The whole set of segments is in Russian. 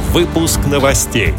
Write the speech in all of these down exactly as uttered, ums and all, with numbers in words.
Выпуск новостей.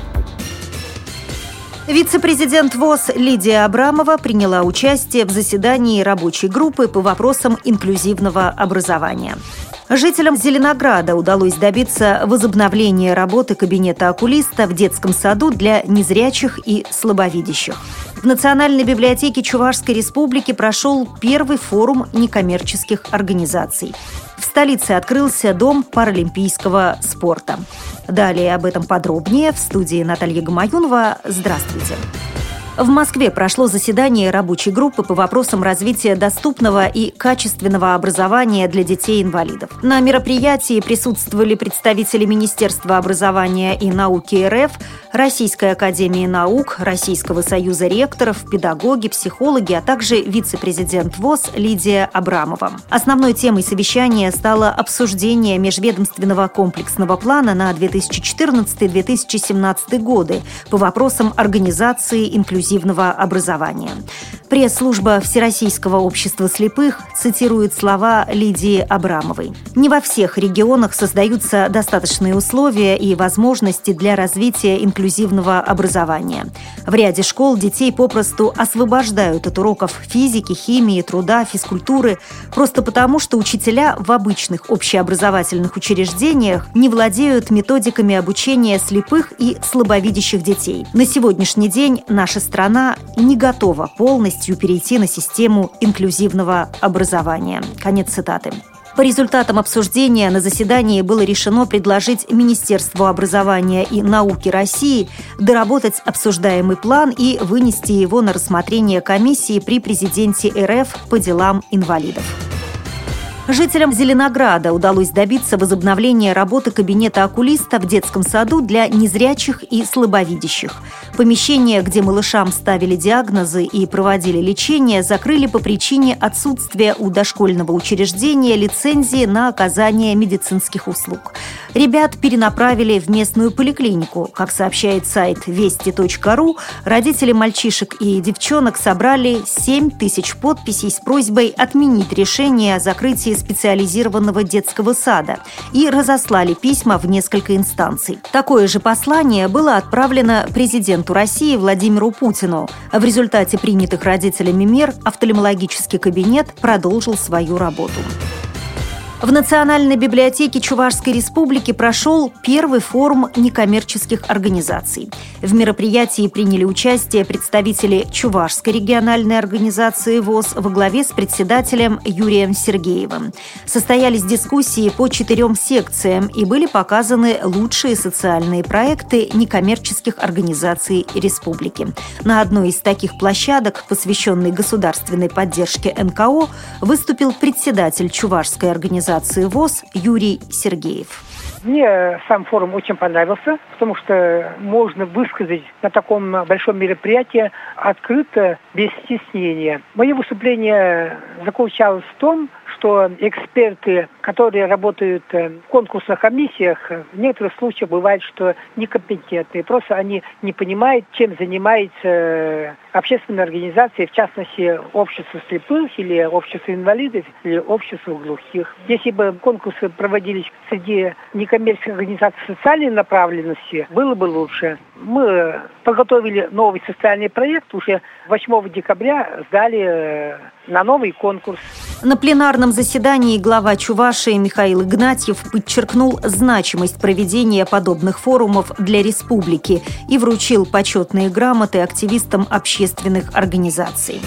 Вице-президент ВОС Лидия Абрамова приняла участие в заседании рабочей группы по вопросам инклюзивного образования. Жителям Зеленограда удалось добиться возобновления работы кабинета окулиста в детском саду для незрячих и слабовидящих. В Национальной библиотеке Чувашской Республики прошел первый форум некоммерческих организаций. В столице открылся Дом паралимпийского спорта. Далее об этом подробнее в студии Наталья Гамаюнова. Здравствуйте. В Москве прошло заседание рабочей группы по вопросам развития доступного и качественного образования для детей-инвалидов. На мероприятии присутствовали представители Министерства образования и науки РФ, Российской академии наук, Российского союза ректоров, педагоги, психологи, а также вице-президент ВОС Лидия Абрамова. Основной темой совещания стало обсуждение межведомственного комплексного плана на две тысячи четырнадцатый - две тысячи семнадцатый годы по вопросам организации инклюзивного образования. Пресс-служба Всероссийского общества слепых цитирует слова Лидии Абрамовой. «Не во всех регионах создаются достаточные условия и возможности для развития инклюзивного образования. В ряде школ детей попросту освобождают от уроков физики, химии, труда, физкультуры просто потому, что учителя в обычных общеобразовательных учреждениях не владеют методиками обучения слепых и слабовидящих детей. На сегодняшний день наша страна не готова полностью перейти на систему инклюзивного образования». Конец цитаты. По результатам обсуждения на заседании было решено предложить Министерству образования и науки России доработать обсуждаемый план и вынести его на рассмотрение комиссии при президенте РФ по делам инвалидов. Жителям Зеленограда удалось добиться возобновления работы кабинета окулиста в детском саду для незрячих и слабовидящих. Помещение, где малышам ставили диагнозы и проводили лечение, закрыли по причине отсутствия у дошкольного учреждения лицензии на оказание медицинских услуг. Ребят перенаправили в местную поликлинику. Как сообщает сайт вести точка ру, родители мальчишек и девчонок собрали семь тысяч подписей с просьбой отменить решение о закрытии специализированного детского сада и разослали письма в несколько инстанций. Такое же послание было отправлено президенту России Владимиру Путину. В результате принятых родителями мер офтальмологический кабинет продолжил свою работу. В Национальной библиотеке Чувашской Республики прошел первый форум некоммерческих организаций. В мероприятии приняли участие представители Чувашской региональной организации ВОС во главе с председателем Юрием Сергеевым. Состоялись дискуссии по четырем секциям и были показаны лучшие социальные проекты некоммерческих организаций республики. На одной из таких площадок, посвященной государственной поддержке эн ка о, выступил председатель Чувашской организации ВОС Юрий Сергеев. Мне сам форум очень понравился, потому что можно высказать на таком большом мероприятии открыто, без стеснения. Мое выступление заключалось в том, что эксперты, которые работают в конкурсных комиссиях, в некоторых случаях бывает, что некомпетентные. Просто они не понимают, чем занимается общественная организация, в частности, общество слепых или общество инвалидов или общество глухих. Если бы конкурсы проводились среди некоммерческих организаций социальной направленности, было бы лучше. Мы подготовили новый социальный проект, уже восьмого декабря сдали на новый конкурс. На пленарном заседании глава Чувашии Михаил Игнатьев подчеркнул значимость проведения подобных форумов для республики и вручил почетные грамоты активистам общественных организаций.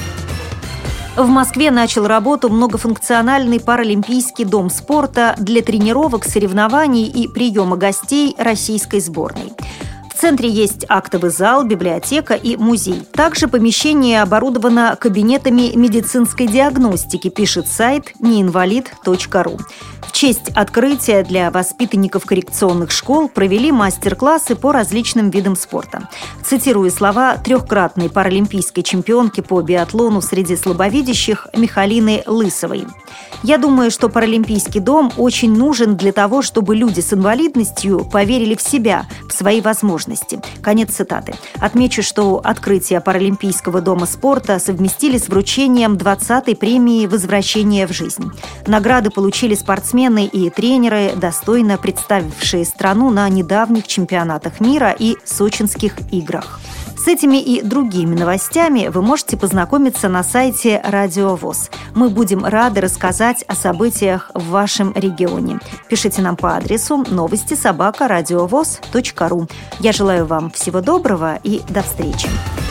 В Москве начал работу многофункциональный паралимпийский дом спорта для тренировок, соревнований и приема гостей российской сборной. В центре есть актовый зал, библиотека и музей. Также помещение оборудовано кабинетами медицинской диагностики, пишет сайт неинвалид точка ру. В честь открытия для воспитанников коррекционных школ провели мастер-классы по различным видам спорта. Цитирую слова трехкратной паралимпийской чемпионки по биатлону среди слабовидящих Михалины Лысовой. «Я думаю, что паралимпийский дом очень нужен для того, чтобы люди с инвалидностью поверили в себя, в свои возможности. возможности». Конец цитаты. Отмечу, что открытие Паралимпийского дома спорта совместили с вручением двадцатой премии «Возвращение в жизнь». Награды получили спортсмены и тренеры, достойно представившие страну на недавних чемпионатах мира и сочинских играх. С этими и другими новостями вы можете познакомиться на сайте Радио ВОС. Мы будем рады рассказать о событиях в вашем регионе. Пишите нам по адресу новости собака радиовос точка ру. Я желаю вам всего доброго и до встречи.